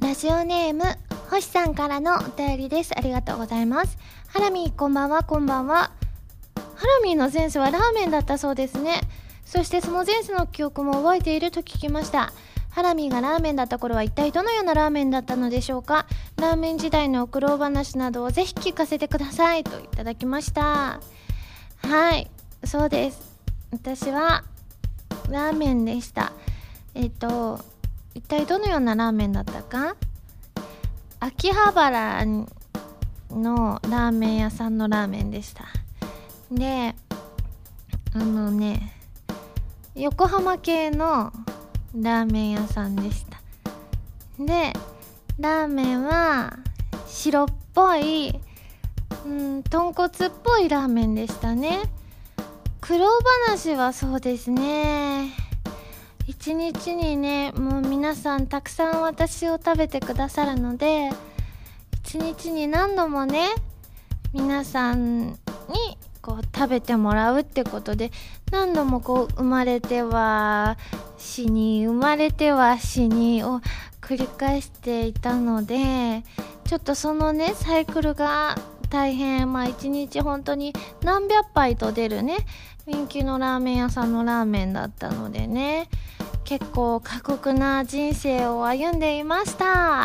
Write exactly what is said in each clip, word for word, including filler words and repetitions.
ラジオネーム星さんからのお便りです。ありがとうございます。ハラミーこんばんは。こんばんは。ハラミーの前世はラーメンだったそうですね。そしてその前世の記憶も覚えていると聞きました。ハラミーがラーメンだった頃は一体どのようなラーメンだったのでしょうか。ラーメン時代の苦労話などをぜひ聞かせてくださいといただきました。はい、そうです。私はラーメンでした。えっと一体どのようなラーメンだったか。秋葉原のラーメン屋さんのラーメンでした。で、あのね、横浜系のラーメン屋さんでした。で、ラーメンは白っぽい、うん、豚骨っぽいラーメンでしたね。苦労話はそうですね。一日にね、もう皆さんたくさん私を食べてくださるので、一日に何度もね、皆さんにこう食べてもらうってことで、何度もこう生まれては死に生まれては死にを繰り返していたので、ちょっとそのねサイクルが大変、まあ一日本当に何百杯と出るね人気のラーメン屋さんのラーメンだったのでね、結構過酷な人生を歩んでいました。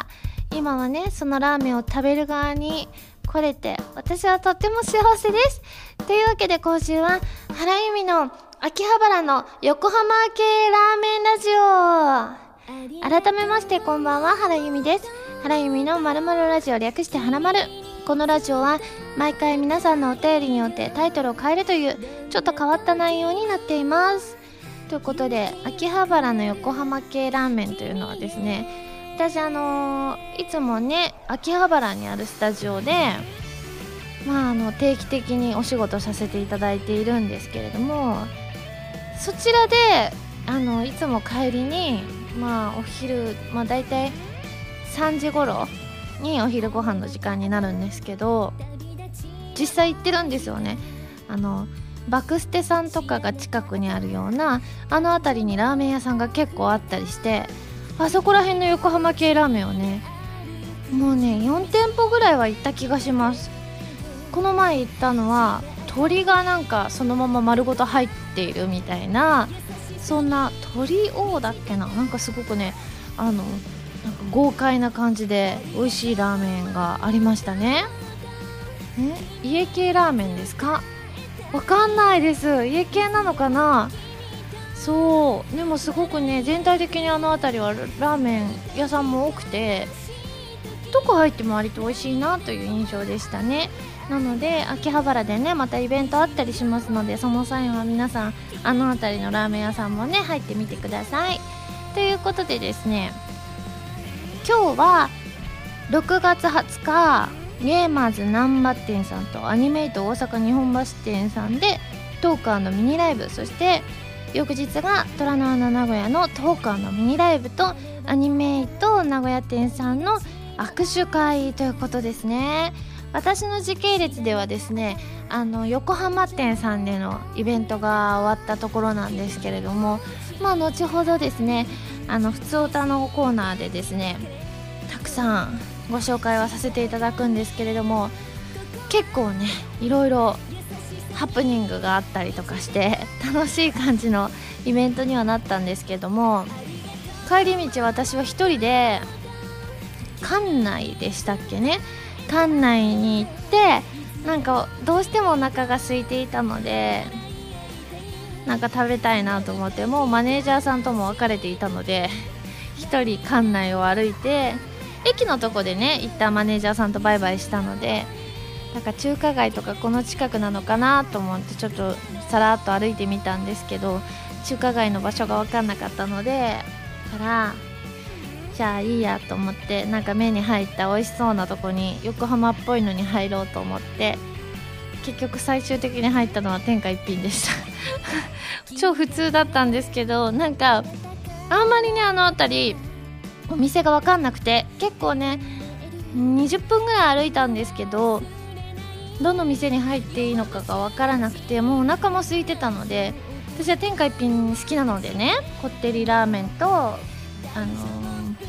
今はねそのラーメンを食べる側に来れて、私はとっても幸せです。というわけで今週は原由美の秋葉原の横浜系ラーメンラジオ。改めましてこんばんは、原由美です。原由美のまるまるラジオ、略してはらまる。このラジオは毎回皆さんのお便りによってタイトルを変えるというちょっと変わった内容になっています。ということで、秋葉原の横浜系ラーメンというのはですね、私あのー、いつもね秋葉原にあるスタジオで、まあ、あの定期的にお仕事させていただいているんですけれども、そちらであのいつも帰りに、まあ、お昼、まあ、だいたいさんじ頃にお昼ご飯の時間になるんですけど、実際行ってるんですよね。あのバクステさんとかが近くにあるようなあの辺りにラーメン屋さんが結構あったりして、あそこら辺の横浜系ラーメンをね、もうねよん店舗ぐらいは行った気がします。この前行ったのは鶏がなんかそのまま丸ごと入っているみたいな、そんな鶏王だっけな、なんかすごくねあのなんか豪快な感じで美味しいラーメンがありましたね。え家系ラーメンですか？わかんないです。家系なのかな。そうでもすごくね全体的にあの辺りはラーメン屋さんも多くて、どこ入っても割と美味しいなという印象でしたね。なので秋葉原でねまたイベントあったりしますので、その際は皆さんあの辺りのラーメン屋さんもね入ってみてください。ということでですね、今日はろくがつはつかゲーマーズ難波店さんとアニメイト大阪日本橋店さんでトーカーのミニライブ、そして翌日が虎の穴名古屋のトーカーのミニライブとアニメイト名古屋店さんの握手会ということですね。私の時系列ではですね、あの横浜店さんでのイベントが終わったところなんですけれども、まあ後ほどですね、あのふつおたのコーナーでですねたくさんご紹介はさせていただくんですけれども、結構ねいろいろハプニングがあったりとかして楽しい感じのイベントにはなったんですけども、帰り道私は一人で館内でしたっけね、館内に行って、なんかどうしてもお腹が空いていたのでなんか食べたいなと思って、もうマネージャーさんとも別れていたので一人館内を歩いて、駅のとこでね一旦マネージャーさんとバイバイしたので、なんか中華街とかこの近くなのかなと思ってちょっとさらっと歩いてみたんですけど、中華街の場所が分かんなかったのでからじゃあいいやと思って、なんか目に入った美味しそうなとこに横浜っぽいのに入ろうと思って、結局最終的に入ったのは天下一品でした超普通だったんですけど、なんかあんまりねあの辺りお店が分かんなくて、結構ねにじゅっぷんぐらい歩いたんですけど、どの店に入っていいのかが分からなくて、もうお腹も空いてたので、私は天下一品好きなのでね、こってりラーメンとあのー、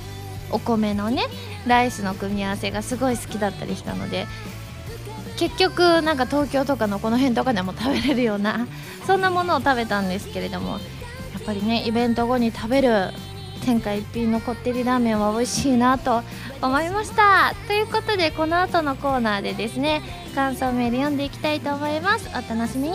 お米のねライスの組み合わせがすごい好きだったりしたので、結局なんか東京とかのこの辺とかでも食べれるようなそんなものを食べたんですけれども、やっぱりねイベント後に食べる天下一品のこってりラーメンは美味しいなと思いました。ということでこの後のコーナーでですね感想メール読んでいきたいと思います。お楽しみに。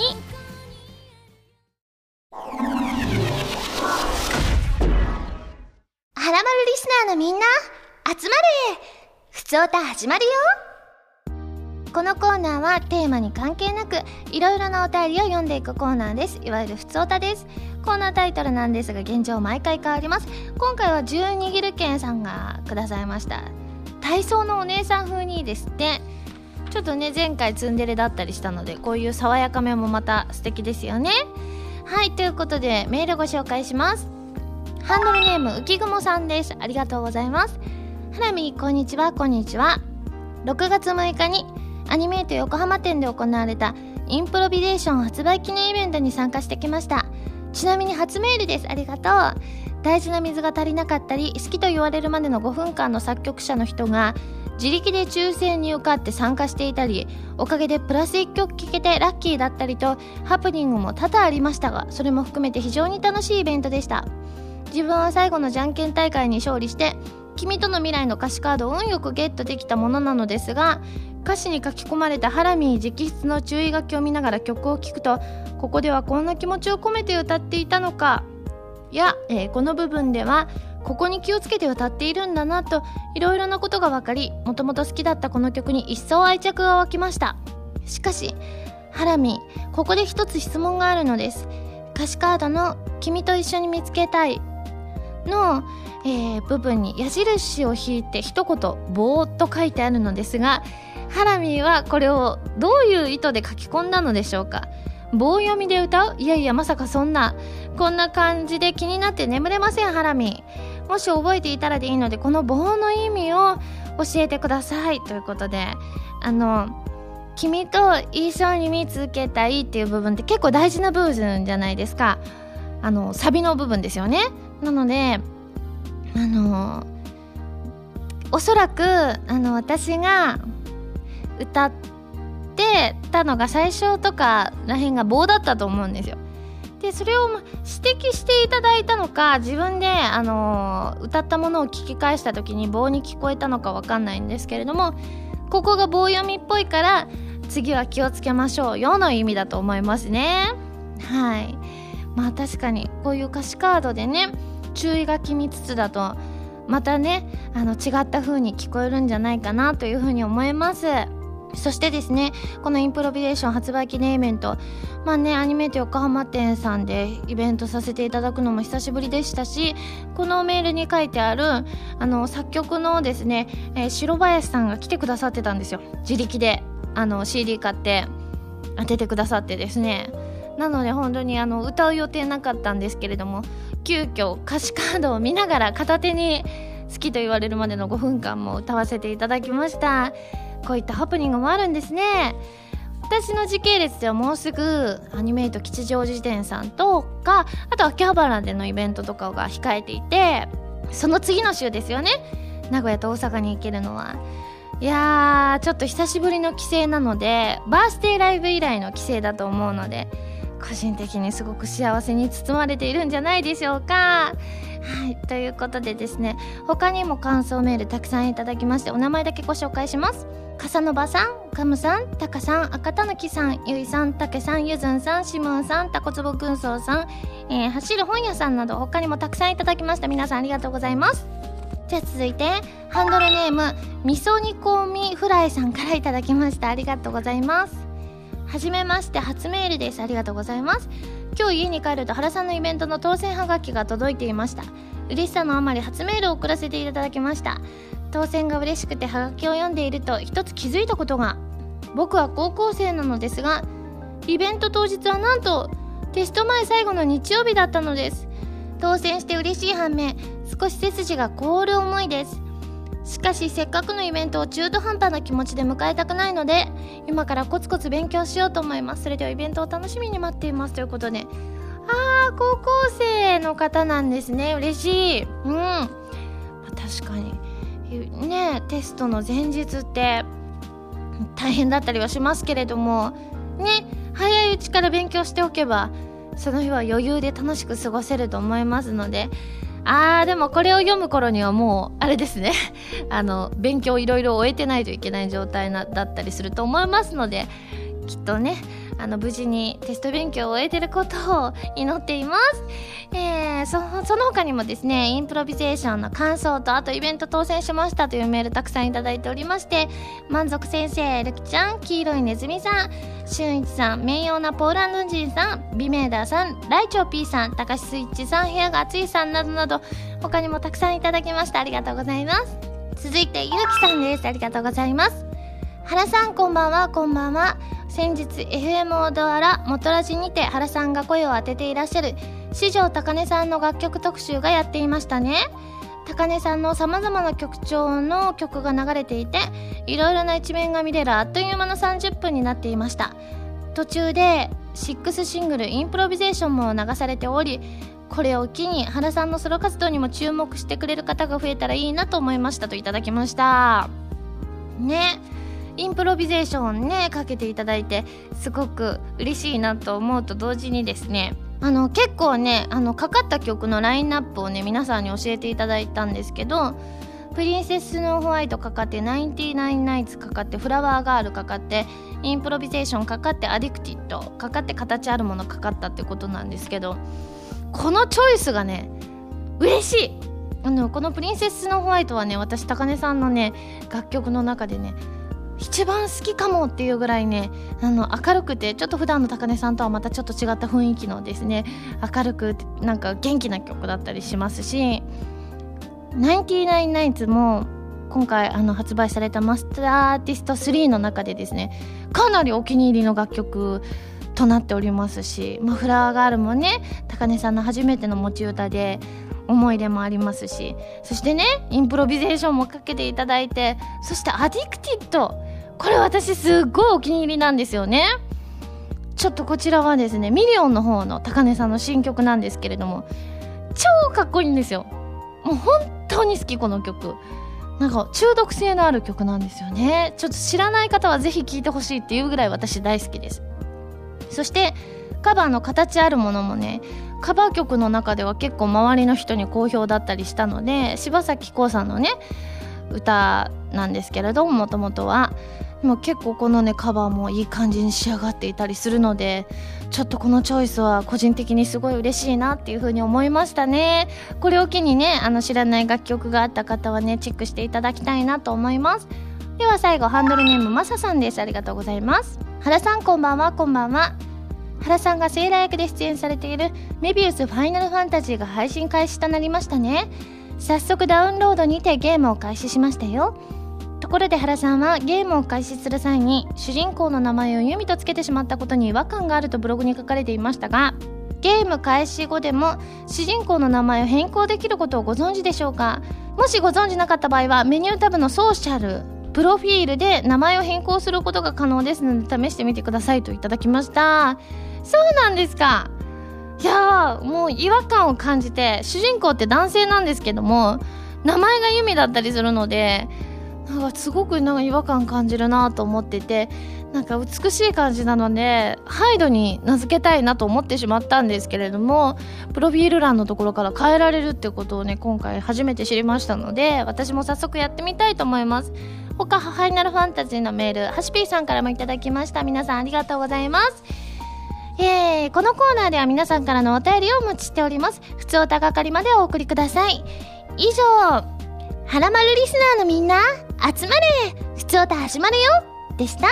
はらまるリスナーのみんな集まれ、ふつおた始まるよ。このコーナーはテーマに関係なくいろいろなお便りを読んでいくコーナーです。いわゆるふつおたです。コーナータイトルなんですが現状毎回変わります。今回はじゅうにぎるけんさんがくださいました。体操のお姉さん風にですって。ちょっとね前回ツンデレだったりしたのでこういう爽やかめもまた素敵ですよね。はい、ということでメールご紹介します。ハンドルネーム浮雲さんです。ありがとうございます。ハラミこんにちは。こんにちは。ろくがつむいかにアニメート横浜店で行われたインプロビゼーション発売記念イベントに参加してきました。ちなみに初メールです。ありがとう。大事な水が足りなかったり好きと言われるまでのごふんかんの作曲者の人が自力で抽選に受かって参加していたり、おかげでプラスいっきょく聴けてラッキーだったりとハプニングも多々ありましたが、それも含めて非常に楽しいイベントでした。自分は最後のじゃんけん大会に勝利して君との未来の歌詞カードを運よくゲットできたものなのですが、歌詞に書き込まれたハラミー直筆の注意書きを見ながら曲を聴くと、ここではこんな気持ちを込めて歌っていたのか、や、えー、この部分ではここに気をつけて歌っているんだなといろいろなことが分かり、もともと好きだったこの曲に一層愛着が湧きました。しかしハラミー、ここで一つ質問があるのです。歌詞カードの君と一緒に見つけたいの、えー、部分に矢印を引いて一言ぼーっと書いてあるのですが、ハラミーはこれをどういう意図で書き込んだのでしょうか。棒読みで歌う？いやいや、まさかそんなこんな感じで気になって眠れません。ハラミー、もし覚えていたらでいいのでこの棒の意味を教えてくださいということで、あの君と一緒に見つけたいっていう部分って結構大事な部分じゃないですか。あのサビの部分ですよね。なのであのおそらくあの私が歌ってたのが最初とからへんが棒だったと思うんですよ。でそれを指摘していただいたのか、自分であの歌ったものを聞き返した時に棒に聞こえたのかわかんないんですけれども、ここが棒読みっぽいから次は気をつけましょうよの意味だと思いますね。はい、まあ確かにこういう歌詞カードでね注意書き見つつだとまたねあの違った風に聞こえるんじゃないかなという風に思います。そしてですね、このインプロビゼーション発売記念イベント、まあねアニメート横浜店さんでイベントさせていただくのも久しぶりでしたし、このメールに書いてあるあの作曲のですね、えー、白林さんが来てくださってたんですよ。自力であの シーディー 買って当ててくださってですね、なので本当にあの歌う予定なかったんですけれども、急遽歌詞カードを見ながら片手に好きと言われるまでのごふんかんも歌わせていただきました。こういったハプニングもあるんですね。私の時系列ではもうすぐアニメイト吉祥寺店さんとか、あと秋葉原でのイベントとかが控えていて、その次の週ですよね、名古屋と大阪に行けるのは。いやーちょっと久しぶりの帰省なので、バースデーライブ以来の帰省だと思うので、個人的にすごく幸せに包まれているんじゃないでしょうか。はい、ということでですね、他にも感想メールたくさんいただきまして、お名前だけご紹介します。カサノバさん、カムさん、タカさん、赤たぬきさん、ゆいさん、タケさん、ゆずんさん、シムーンさん、タコツボ軍曹さん、えー、走る本屋さんなど他にもたくさんいただきました。皆さんありがとうございます。じゃあ続いてハンドルネームみそ煮込みフライさんからいただきました。ありがとうございます。はじめまして、初メールです。ありがとうございます。今日家に帰ると原さんのイベントの当選はがきが届いていました。嬉しさのあまり初メールを送らせていただきました。当選が嬉しくてはがきを読んでいると一つ気づいたことが、僕は高校生なのですがイベント当日はなんとテスト前最後の日曜日だったのです。当選して嬉しい反面少し背筋が凍る思いです。しかしせっかくのイベントを中途半端な気持ちで迎えたくないので今からコツコツ勉強しようと思います。それではイベントを楽しみに待っていますということで、あー高校生の方なんですね。嬉しい。うん、確確かにね、テストの前日って大変だったりはしますけれどもね、早いうちから勉強しておけばその日は余裕で楽しく過ごせると思いますので、あーでもこれを読む頃にはもうあれですねあの勉強いろいろ終えてないといけない状態なだったりすると思いますので、きっとねあの無事にテスト勉強を終えてることを祈っています。えー、そ, その他にもですね、インプロビゼーションの感想と、あとイベント当選しましたというメールたくさんいただいておりまして、満足先生、るきちゃん、黄色いネズミさん、しゅんいちさん、名誉なポーランド人さん、ビメーダーさん、ライチョウ P さん、たかしスイッチさん、部屋が暑いさんなどなど他にもたくさんいただきました。ありがとうございます。続いてゆうきさんです。ありがとうございます。原さんこんばんは。こんばんは。先日 エフエム オドアラ元ラジにて原さんが声を当てていらっしゃる四条高音さんの楽曲特集がやっていましたね。高音さんのさまざまな曲調の曲が流れていて、いろいろな一面が見れるあっという間のさんじゅっぷんになっていました。途中でシックスシングルインプロビゼーションも流されており、これを機に原さんのソロ活動にも注目してくれる方が増えたらいいなと思いましたといただきましたね。インプロビゼーションねかけていただいてすごく嬉しいなと思うと同時にですね、あの結構ねあのかかった曲のラインナップをね皆さんに教えていただいたんですけど、プリンセスのホワイトかかって、ナインティナインナイツかかって、フラワーガールかかって、インプロビゼーションかかって、アディクティッドかかって、形あるものかかったってことなんですけど、このチョイスがね嬉しい。あのこのプリンセスのホワイトはね、私高根さんのね楽曲の中でね一番好きかもっていうぐらいね、あの明るくてちょっと普段の高根さんとはまたちょっと違った雰囲気のですね、明るくなんか元気な曲だったりしますし、ナインティナインナイツも今回あの発売されたマスターアーティストスリーの中でですね、かなりお気に入りの楽曲となっておりますし、まあ、フラワーガールもね高根さんの初めての持ち歌で思い出もありますし、そしてねインプロビゼーションもかけていただいて、そしてアディクティッド、これ私すっごいお気に入りなんですよね。ちょっとこちらはですねミリオンの方の高根さんの新曲なんですけれども、超かっこいいんですよ。もう本当に好きこの曲。なんか中毒性のある曲なんですよね。ちょっと知らない方はぜひ聴いてほしいっていうぐらい私大好きです。そしてカバーの形あるものもね、カバー曲の中では結構周りの人に好評だったりしたので、柴咲コウさんのね歌なんですけれども、もともとはもう結構このねカバーもいい感じに仕上がっていたりするので、ちょっとこのチョイスは個人的にすごい嬉しいなっていう風に思いましたね。これを機にねあの知らない楽曲があった方はねチェックしていただきたいなと思います。では最後ハンドルネームマサさんです。ありがとうございます。原さんこんばんは。こんばんは。原さんがセーラー役で出演されているメビウスファイナルファンタジーが配信開始となりましたね。早速ダウンロードにてゲームを開始しましたよ。ところで原さんはゲームを開始する際に主人公の名前をユミとつけてしまったことに違和感があるとブログに書かれていましたが、ゲーム開始後でも主人公の名前を変更できることをご存知でしょうか。もしご存知なかった場合はメニュータブのソーシャルプロフィールで名前を変更することが可能ですので試してみてくださいといただきました。そうなんですか。いやーもう違和感を感じて、主人公って男性なんですけども名前がユミだったりするので、なんかすごくなんか違和感感じるなと思ってて、なんか美しい感じなのでハイドに名付けたいなと思ってしまったんですけれども、プロフィール欄のところから変えられるってことをね今回初めて知りましたので、私も早速やってみたいと思います。他ファイナルファンタジーのメールハシピーさんからもいただきました。皆さんありがとうございます。えー、このコーナーでは皆さんからのお便りをお待ちしております。ふつおた係までお送りください。以上、はらまるリスナーのみんな集まれ、ふつおた始まるよでした。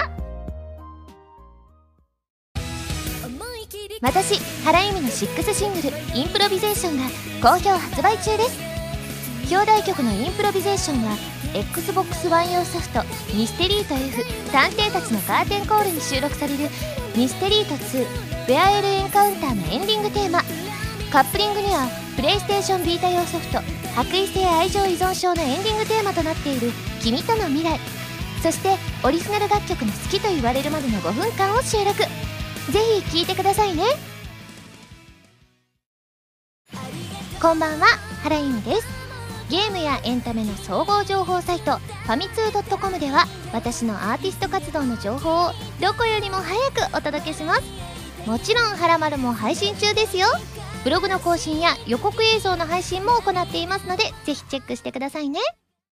私原由美のシックスシングルインプロビゼーションが好評発売中です。兄弟曲のインプロビゼーションは エックスボックスワン 用ソフトミステリート F 探偵たちのカーテンコールに収録されるミステリートツーベアエルエンカウンターのエンディングテーマ。カップリングにはプレイステーションビータ用ソフト白衣性愛情依存症のエンディングテーマとなっている君との未来、そしてオリジナル楽曲の好きと言われるまでのごふんかんを収録。ぜひ聴いてくださいね。こんばんは、原由美です。 ゲームやエンタメの総合情報サイトファミツー .com では私のアーティスト活動の情報をどこよりも早くお届けします。もちろんはらまるも配信中ですよ。ブログの更新や予告映像の配信も行っていますので、ぜひチェックしてくださいね。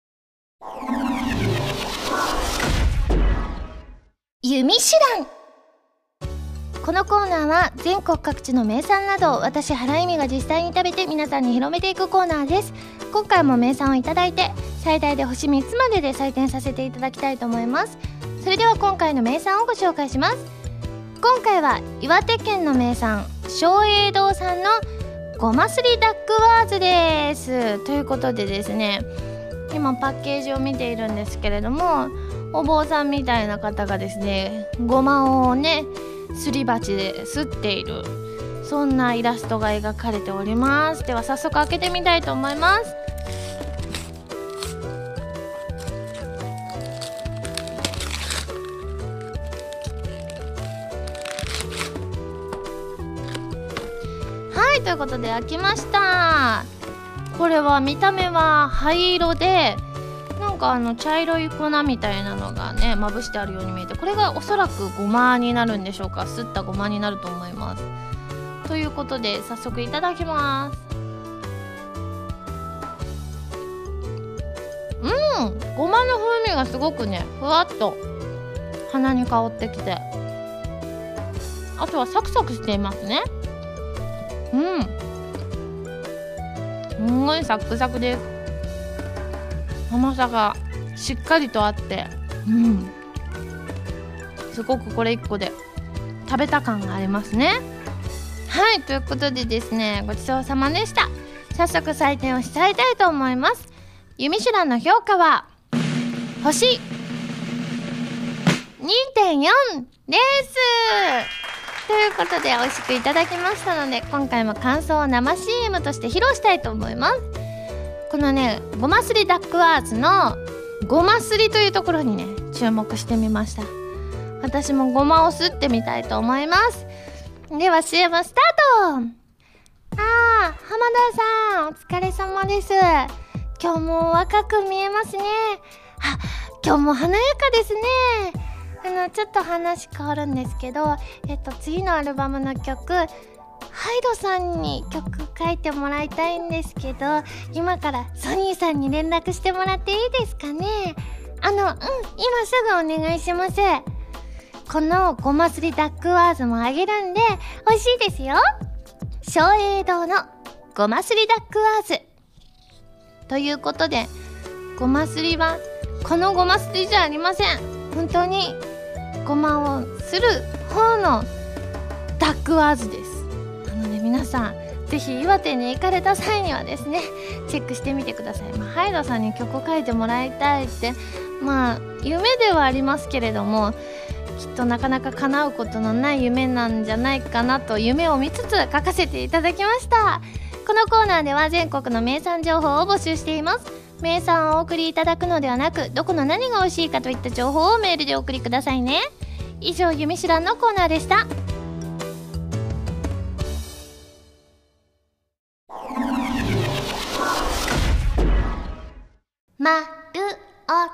弓手段。このコーナーは全国各地の名産などを私原由美が実際に食べて皆さんに広めていくコーナーです。今回も名産をいただいて最大で星みっつまでで採点させていただきたいと思います。それでは今回の名産をご紹介します。今回は岩手県の名産松栄堂さんのごますりダックワーズです。ということでですね、今パッケージを見ているんですけれども、お坊さんみたいな方がですねごまをねすり鉢ですっている、そんなイラストが描かれております。では早速開けてみたいと思います。はい、ということで開きました。これは見た目は灰色で、なんかあの茶色い粉みたいなのがねまぶしてあるように見えて、これがおそらくごまになるんでしょうか。すったごまになると思います。ということで早速いただきます。うん、ごまの風味がすごくねふわっと鼻に香ってきて、あとはサクサクしていますね。うんすんごいサクサクです。甘さがしっかりとあって、うんすごくこれいっこで食べた感がありますね。はい、ということでですね、ごちそうさまでした。早速採点をしちゃいたいと思います。ユミシュランの評価は星 にてんよん です。ということで美味しくいただきましたので、今回も感想を生 シーエム として披露したいと思います。このねごますりダックワーズのごますりというところにね注目してみました。私もごまをすってみたいと思います。では シーエム スタート。あー、浜田さんお疲れ様です。今日も若く見えますね。あ、今日も華やかですね。あのちょっと話変わるんですけど、えっと次のアルバムの曲ハイドさんに曲書いてもらいたいんですけど、今からソニーさんに連絡してもらっていいですかね。あのうん今すぐお願いします。このごますりダックワーズもあげるんで美味しいですよ。松栄堂のごますりダックワーズということで、ごますりはこのごますりじゃありません。本当にごまをする方のダックワーズです。なので皆さんぜひ岩手に行かれた際にはですねチェックしてみてください。まあ、ハイドさんに曲書いてもらいたいってまあ夢ではありますけれども、きっとなかなか叶うことのない夢なんじゃないかなと夢を見つつ書かせていただきました。このコーナーでは全国の名産情報を募集しています。名産をお送りいただくのではなく、どこの何が美味しいかといった情報をメールでお送りくださいね。以上、ゆみしらんのコーナーでした。まるお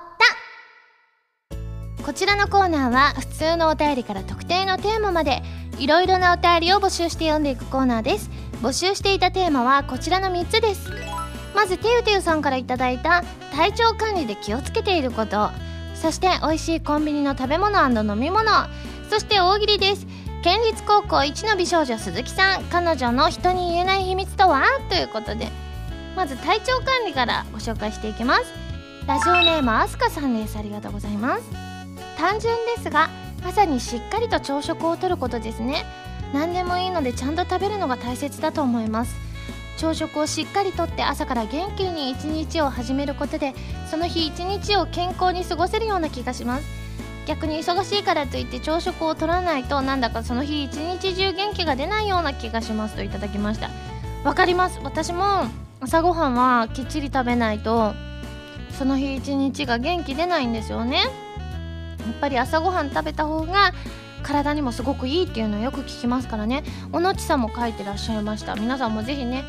た。こちらのコーナーは普通のお便りから特定のテーマまでいろいろなお便りを募集して読んでいくコーナーです。募集していたテーマはこちらのみっつです。まずてゆてゆさんからいただいた体調管理で気をつけていること、そして美味しいコンビニの食べ物&飲み物、そして大喜利です。県立高校一の美少女鈴木さん、彼女の人に言えない秘密とはということで、まず体調管理からご紹介していきます。ラジオネームあすかさんです。ありがとうございます。単純ですが朝にしっかりと朝食をとることですね。何でもいいのでちゃんと食べるのが大切だと思います。朝食をしっかりとって朝から元気に一日を始めることで、その日一日を健康に過ごせるような気がします。逆に忙しいからといって朝食を取らないと、なんだかその日一日中元気が出ないような気がしますといただきました。わかります。私も朝ごはんはきっちり食べないとその日一日が元気出ないんですよね。やっぱり朝ごはん食べた方が体にもすごくいいっていうのをよく聞きますからね。おのちさんも書いてらっしゃいました。皆さんもぜひね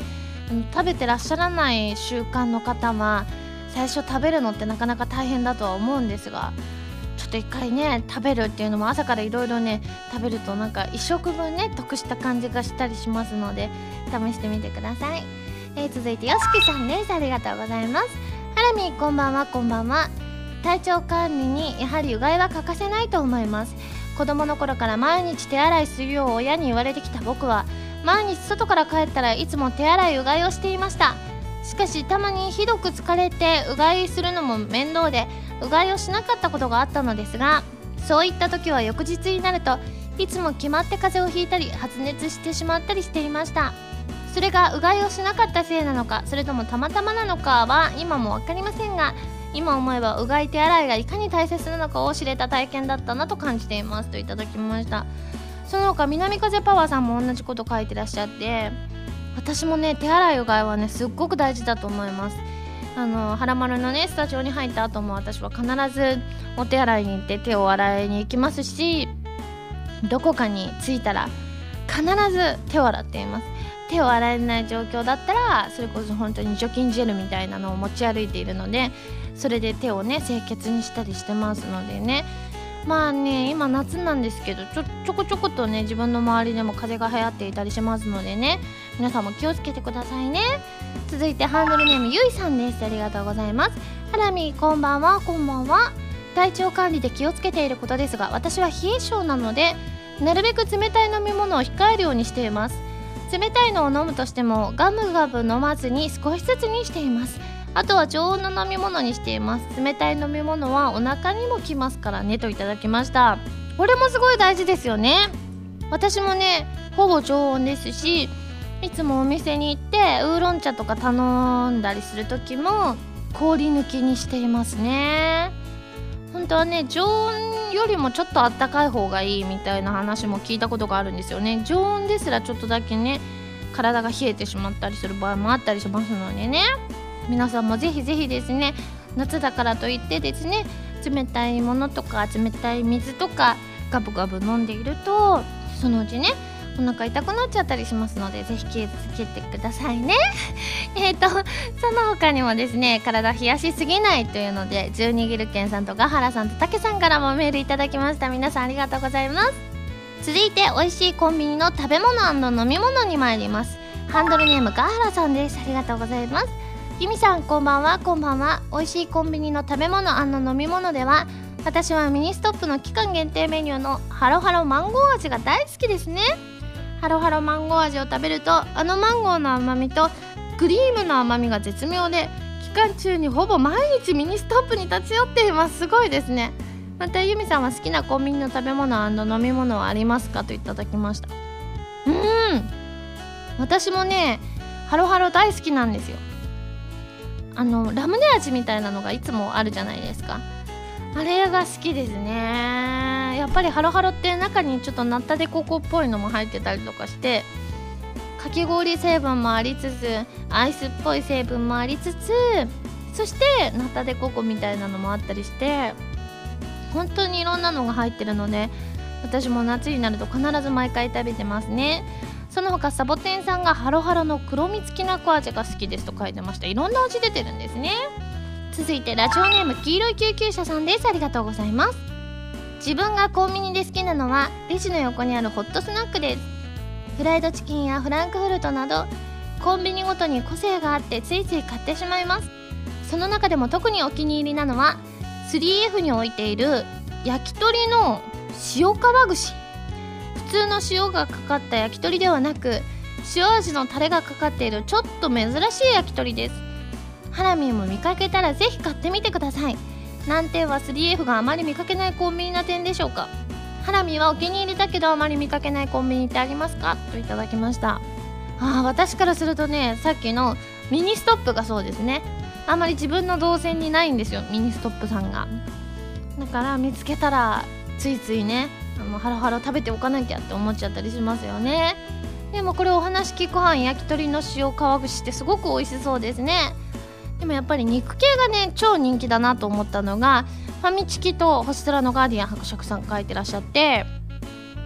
食べてらっしゃらない習慣の方は最初食べるのってなかなか大変だとは思うんですが、ちょっと一回ね食べるっていうのも朝からいろいろね食べるとなんかいっしょくぶんね得した感じがしたりしますので試してみてください。えー、続いてよしきさんです。ありがとうございます。ハラミこんばんは。こんばんは。体調管理にやはりうがいは欠かせないと思います。子供の頃から毎日手洗いするよう親に言われてきた僕は毎日外から帰ったらいつも手洗いうがいをしていました。しかしたまにひどく疲れてうがいするのも面倒でうがいをしなかったことがあったのですが、そういった時は翌日になるといつも決まって風邪をひいたり発熱してしまったりしていました。それがうがいをしなかったせいなのか、それともたまたまなのかは今も分かりませんが、今思えばうがい手洗いがいかに大切なのかを知れた体験だったなと感じていますといただきました。その他南風パワーさんも同じこと書いてらっしゃって、私もね手洗いうがいはねすっごく大事だと思います。あのはらまるのねスタジオに入った後も私は必ずお手洗いに行って手を洗いに行きますし、どこかに着いたら必ず手を洗っています。手を洗えない状況だったらそれこそ本当に除菌ジェルみたいなのを持ち歩いているので、それで手をね清潔にしたりしてますのでね。まあね今夏なんですけどちょちょこちょことね自分の周りでも風邪が流行っていたりしますのでね、皆さんも気をつけてくださいね。続いてハンドルネームゆいさんです。ありがとうございます。ハラミこんばんは。こんばんは。体調管理で気をつけていることですが、私は冷え性なのでなるべく冷たい飲み物を控えるようにしています。冷たいのを飲むとしてもガムガム飲まずに少しずつにしています。あとは常温の飲み物にしています。冷たい飲み物はお腹にもきますからねといただきました。これもすごい大事ですよね。私もねほぼ常温ですし、いつもお店に行ってウーロン茶とか頼んだりする時も氷抜きにしていますね。本当はね常温よりもちょっとあったかい方がいいみたいな話も聞いたことがあるんですよね。常温ですらちょっとだけね体が冷えてしまったりする場合もあったりしますのでね、皆さんもぜひぜひですね、夏だからといってですね冷たいものとか冷たい水とかガブガブ飲んでいるとそのうちねお腹痛くなっちゃったりしますので、ぜひ気をつけてくださいねえっとその他にもですね、体冷やしすぎないというのでじゅうにギルケンさんとガハラさんとタケさんからもメールいただきました。皆さんありがとうございます。続いて美味しいコンビニの食べ物&飲み物に参ります。ハンドルネームガハラさんです。ありがとうございます。ゆみさんこんばんは。こんばんは。美味しいコンビニの食べ物&飲み物では、私はミニストップの期間限定メニューのハロハロマンゴー味が大好きですね。ハロハロマンゴー味を食べるとあのマンゴーの甘みとクリームの甘みが絶妙で、期間中にほぼ毎日ミニストップに立ち寄っています。すごいですね。またゆみさんは好きなコンビニの食べ物&飲み物はありますかといただきました。うーん私もねハロハロ大好きなんですよ。あのラムネ味みたいなのがいつもあるじゃないですか。あれが好きですね。やっぱりハロハロって中にちょっとナッタデココっぽいのも入ってたりとかして、かき氷成分もありつつアイスっぽい成分もありつつ、そしてナッタデココみたいなのもあったりして、本当にいろんなのが入ってるので、私も夏になると必ず毎回食べてますね。その他サボテンさんがハロハロの黒蜜きなこ味が好きですと書いてました。いろんな味出てるんですね。続いてラジオネーム黄色い救急車さんです。ありがとうございます。自分がコンビニで好きなのはレジの横にあるホットスナックです。フライドチキンやフランクフルトなどコンビニごとに個性があってついつい買ってしまいます。その中でも特にお気に入りなのは スリーエフ に置いている焼き鳥の塩皮串。普通の塩がかかった焼き鳥ではなく、塩味のタレがかかっているちょっと珍しい焼き鳥です。ハラミーも見かけたらぜひ買ってみてください。難点は スリーエフ があまり見かけないコンビニな点でしょうか。ハラミーはお気に入りだけどあまり見かけないコンビニってありますかといただきました。あ私からするとね、さっきのミニストップがそうですね。あんまり自分の動線にないんですよ、ミニストップさんが。だから見つけたらついついね、あのハロハロ食べておかなきゃって思っちゃったりしますよね。でもこれお話聞く範囲、焼き鳥の塩皮串ってすごく美味しそうですね。でもやっぱり肉系がね超人気だなと思ったのが、ファミチキとホストラのガーディアン伯爵さん書いてらっしゃって、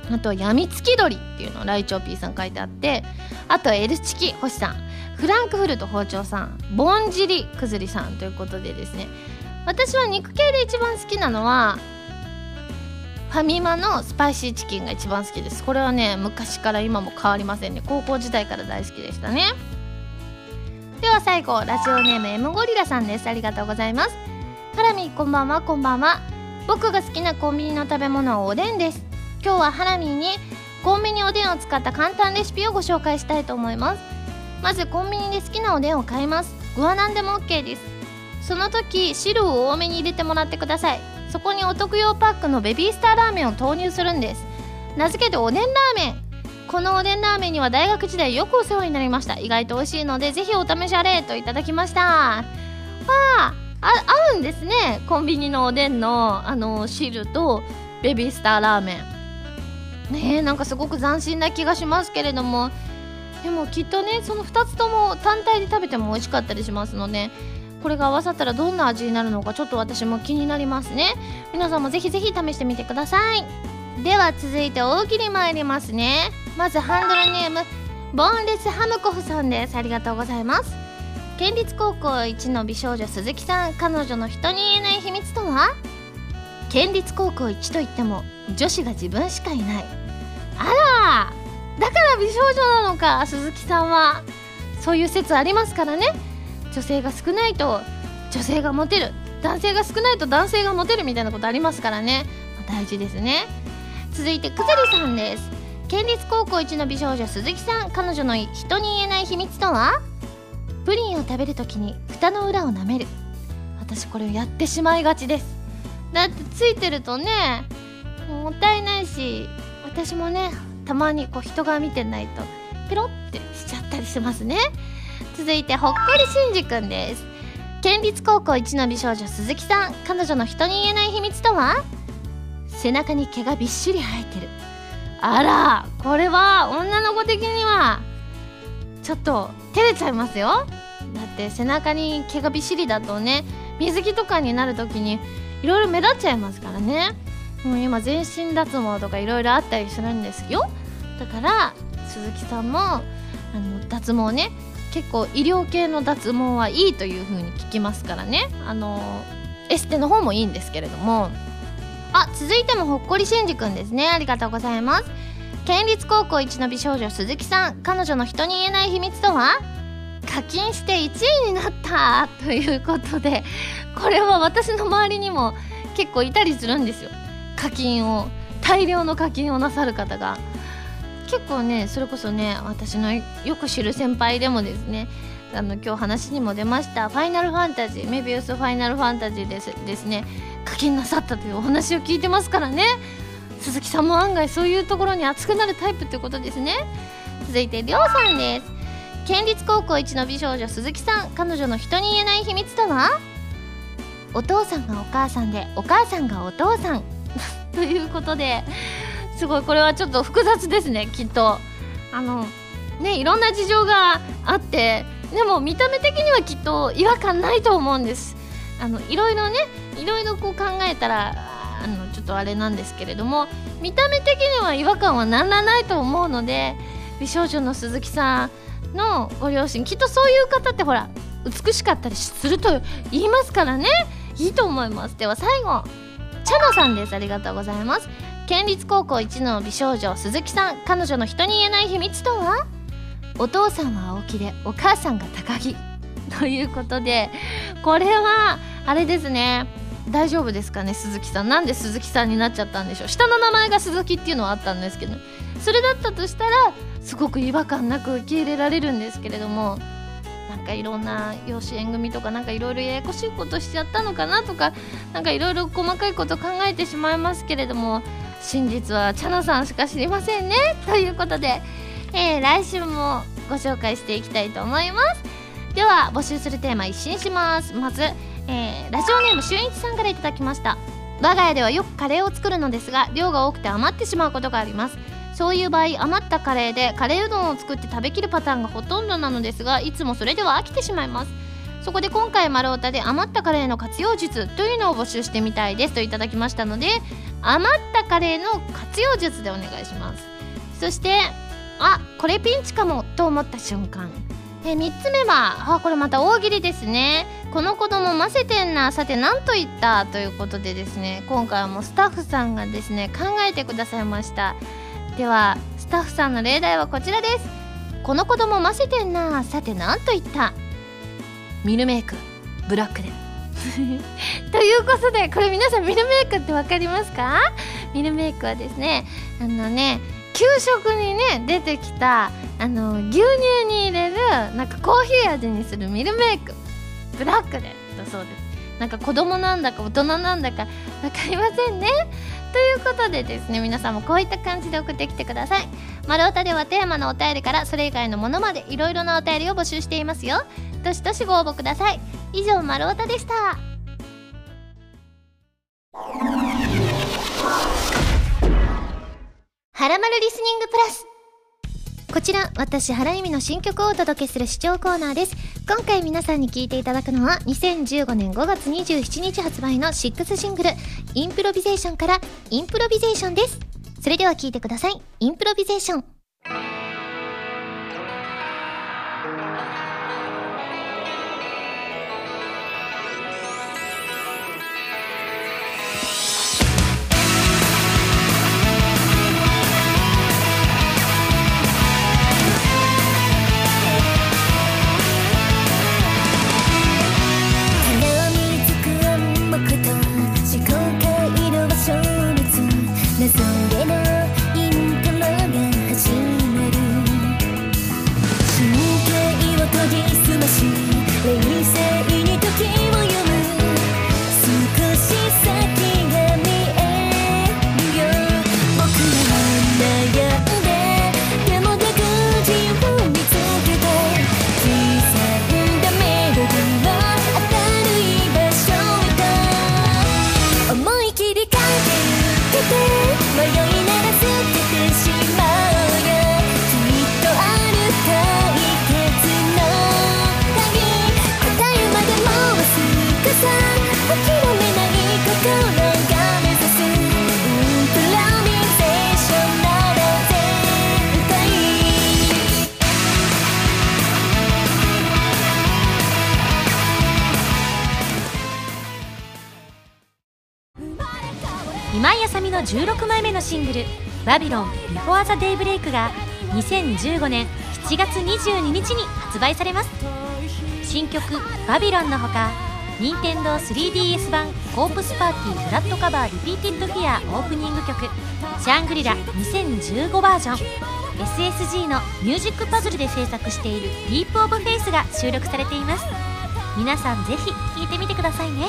あとやみつき鳥っていうのをライチョウ P さん書いてあって、あとエルチキ星さん、フランクフルト包丁さん、ぼんじりくずりさんということでですね、私は肉系で一番好きなのはファミマのスパイシーチキンが一番好きです。これはね昔から今も変わりませんね。高校時代から大好きでしたね。では最後、ラジオネーム M ゴリラさんです。ありがとうございます。ハラミーこんばんは。こんばんは。僕が好きなコンビニの食べ物はおでんです。今日はハラミーにコンビニおでんを使った簡単レシピをご紹介したいと思います。まずコンビニで好きなおでんを買います。具は何でも OK です。その時汁を多めに入れてもらってください。そこにお得用パックのベビースターラーメンを投入するんです。名付けておでんラーメン。このおでんラーメンには大学時代よくお世話になりました。意外と美味しいのでぜひお試しあれといただきました。わあ、あ合うんですね。コンビニのおでんのあの汁とベビースターラーメンねえ、なんかすごく斬新な気がしますけれども、でもきっとねそのふたつとも単体で食べても美味しかったりしますので、これが合わさったらどんな味になるのかちょっと私も気になりますね。皆さんもぜひぜひ試してみてください。では続いて大喜利参りますね。まずハンドルネームボーンレスハムコフさんです。ありがとうございます。県立高校一の美少女鈴木さん、彼女の人に言えない秘密とは？県立高校一といっても女子が自分しかいない。あら、だから美少女なのか鈴木さんは。そういう説ありますからね。女性が少ないと女性がモテる、男性が少ないと男性がモテるみたいなことありますからね、まあ、大事ですね。続いてくずりさんです。県立高校一の美少女鈴木さん、彼女の人に言えない秘密とは？プリンを食べるときに蓋の裏を舐める。私これをやってしまいがちです。だってついてるとねもったいないし、私もねたまにこう人が見てないとペロってしちゃったりしますね。続いてほっこりしんじくんです。県立高校一の美少女鈴木さん、彼女の人に言えない秘密とは？背中に毛がびっしり生えてる。あら、これは女の子的にはちょっと照れちゃいますよ。だって背中に毛がびっしりだとね、水着とかになるときにいろいろ目立っちゃいますからね。もう今全身脱毛とかいろいろあったりするんですよ。だから鈴木さんもあの脱毛ね、結構医療系の脱毛はいいという風に聞きますからね。あのエステの方もいいんですけれども。あ、続いてもほっこりしんじくんですね。ありがとうございます。県立高校一の美少女鈴木さん、彼女の人に言えない秘密とは？課金していちいになったということで、これは私の周りにも結構いたりするんですよ。課金を大量の課金をなさる方が結構ね、それこそね私のよく知る先輩でもですね、あの今日話にも出ましたファイナルファンタジー、メビウスファイナルファンタジーですですね課金なさったというお話を聞いてますからね。鈴木さんも案外そういうところに熱くなるタイプということですね。続いてりょうさんです。県立高校一の美少女鈴木さん、彼女の人に言えない秘密とは？お父さんがお母さんでお母さんがお父さんということで、すごいこれはちょっと複雑ですね。きっとあのねいろんな事情があって、でも見た目的にはきっと違和感ないと思うんです。あのいろいろねいろいろこう考えたらあのちょっとあれなんですけれども、見た目的には違和感はなんらないと思うので、美少女の鈴木さんのご両親きっとそういう方ってほら美しかったりすると言いますからね、いいと思います。では最後チャナさんです。ありがとうございます。県立高校一の美少女鈴木さん、彼女の人に言えない秘密とは？お父さんは青木でお母さんが高木ということで、これはあれですね、大丈夫ですかね鈴木さん。なんで鈴木さんになっちゃったんでしょう。下の名前が鈴木っていうのはあったんですけど、それだったとしたらすごく違和感なく受け入れられるんですけれども、なんかいろんな養子縁組とかなんかいろいろややこしいことしちゃったのかなとか、なんかいろいろ細かいこと考えてしまいますけれども、真実はチャナさんしか知りませんねということで、えー、来週もご紹介していきたいと思います。では募集するテーマ一新します。まず、えー、ラジオネームしゅんいちさんからいただきました。我が家ではよくカレーを作るのですが、量が多くて余ってしまうことがあります。そういう場合、余ったカレーでカレーうどんを作って食べきるパターンがほとんどなのですが、いつもそれでは飽きてしまいます。 そこで今回丸太で余ったカレーの活用術というのを募集してみたいですといただきましたので、余ったカレーの活用術でお願いします。そしてあ、これピンチかもと思った瞬間、えみっつめはあ、これまた大喜利ですね。この子供ませてんな、さて何と言ったということでですね、今回はもうスタッフさんがですね考えてくださいました。ではスタッフさんの例題はこちらです。この子供ませてんな、さて何と言った。ミルメイクブラックでということで、これ皆さんミルメイクってわかりますか？ミルメイクはですね、あのね給食にね出てきたあの牛乳に入れるなんかコーヒー味にするミルメイクブラックでだそうです。なんか子供なんだか大人なんだかわかりませんね。ということでですね、皆さんもこういった感じで送ってきてください。丸太ではテーマのお便りからそれ以外のものまでいろいろなお便りを募集していますよ。どしどしご応募ください。以上、丸太でした。 はらまるリスニングプラス。こちら私原由美の新曲をお届けする視聴コーナーです。今回皆さんに聴いていただくのはにせんじゅうごねんごがつにじゅうしちにち発売のシックスシングルインプロビゼーションからインプロビゼーションです。それでは聴いてください。インプロビゼーション。 今井あさみのじゅうろくまいめのシングル「バビロン Before the Daybreak」がにせんじゅうごねんしちがつにじゅうににちに発売されます。新曲「バビロン」のほか任天堂 スリーディーエス 版「コープスパーティーフラットカバーリピーティッドフィア」オープニング曲「シャングリラにせんじゅうごバージョン」エスエスジー のミュージックパズルで制作している「ディープオブフェイス」が収録されています。皆さんぜひ聴いてみてくださいね。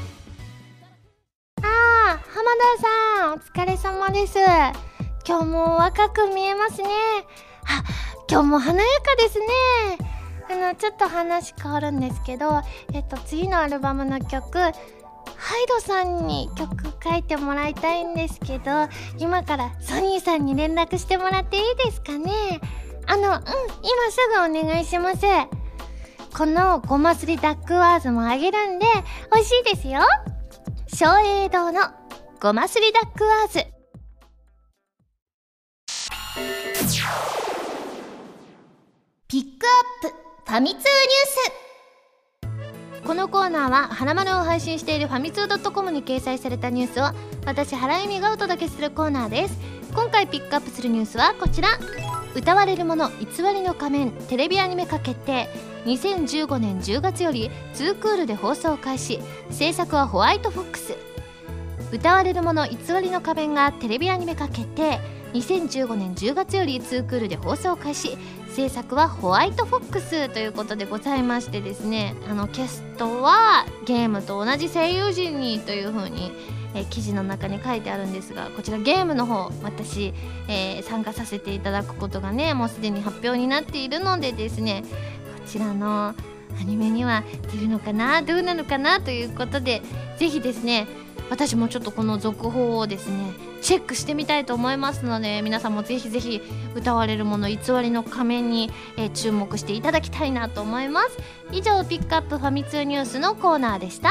浜田さんお疲れ様です。今日も若く見えますね。あ、今日も華やかですね。あのちょっと話変わるんですけど、えっと次のアルバムの曲ハイドさんに曲書いてもらいたいんですけど、今からソニーさんに連絡してもらっていいですかね。あのうん今すぐお願いします。このごますりダックワーズもあげるんで美味しいですよ。松栄堂のごますりダックワーズ。 ピックアップファミ通ニュース。このコーナーははらまるを配信しているファミツー .com に掲載されたニュースを私原由美がお届けするコーナーです。今回ピックアップするニュースはこちら。歌われるもの偽りの仮面テレビアニメ化決定。にせんじゅうごねんじゅうがつよりツークールで放送開始。制作はホワイトフォックス。歌われるもの偽りの仮面がテレビアニメ化決定。にせんじゅうごねんじゅうがつよりツークールで放送開始。制作はホワイトフォックスということでございましてですね、あのキャストはゲームと同じ声優陣にという風に、えー、記事の中に書いてあるんですが、こちらゲームの方私、えー、参加させていただくことがねもうすでに発表になっているのでですね、こちらのアニメには出るのかなどうなのかなということで、ぜひですね私もちょっとこの続報をですねチェックしてみたいと思いますので、皆さんもぜひぜひ歌われるもの偽りの仮面に、えー、注目していただきたいなと思います。以上ピックアップファミ通ニュースのコーナーでした。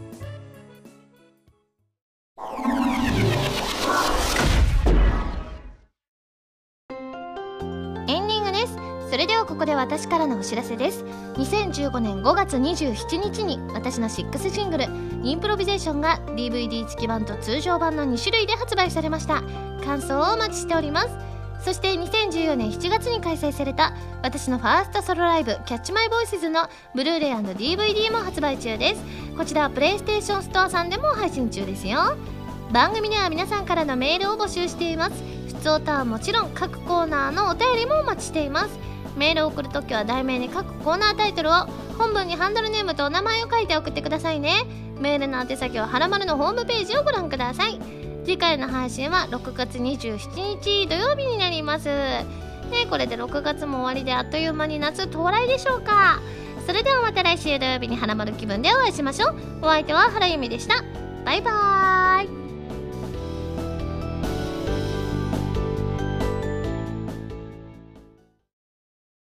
エンディングです。それではここで私からのお知らせです。にせんじゅうごねんごがつにじゅうしちにちに私のシックスシングルインプロビゼーションが ディーブイディー 付き版と通常版のにしゅるいで発売されました。感想をお待ちしております。そしてにせんじゅうよねんしちがつに開催された私のファーストソロライブキャッチマイボイスズのブルーレイ&ディーブイディー も発売中です。こちらはプレイステーションストアさんでも配信中ですよ。番組では皆さんからのメールを募集しています。ふつおたはもちろん各コーナーのお便りもお待ちしています。メールを送るときは題名に各コーナータイトルを、本文にハンドルネームとお名前を書いて送ってくださいね。メールの宛先ははらまるのホームページをご覧ください。次回の配信はろくがつにじゅうしちにち土曜日になります。ね、これでろくがつも終わりであっという間に夏到来でしょうか。それではまた来週土曜日にはらまる気分でお会いしましょう。お相手は原由美でした。バイバーイ。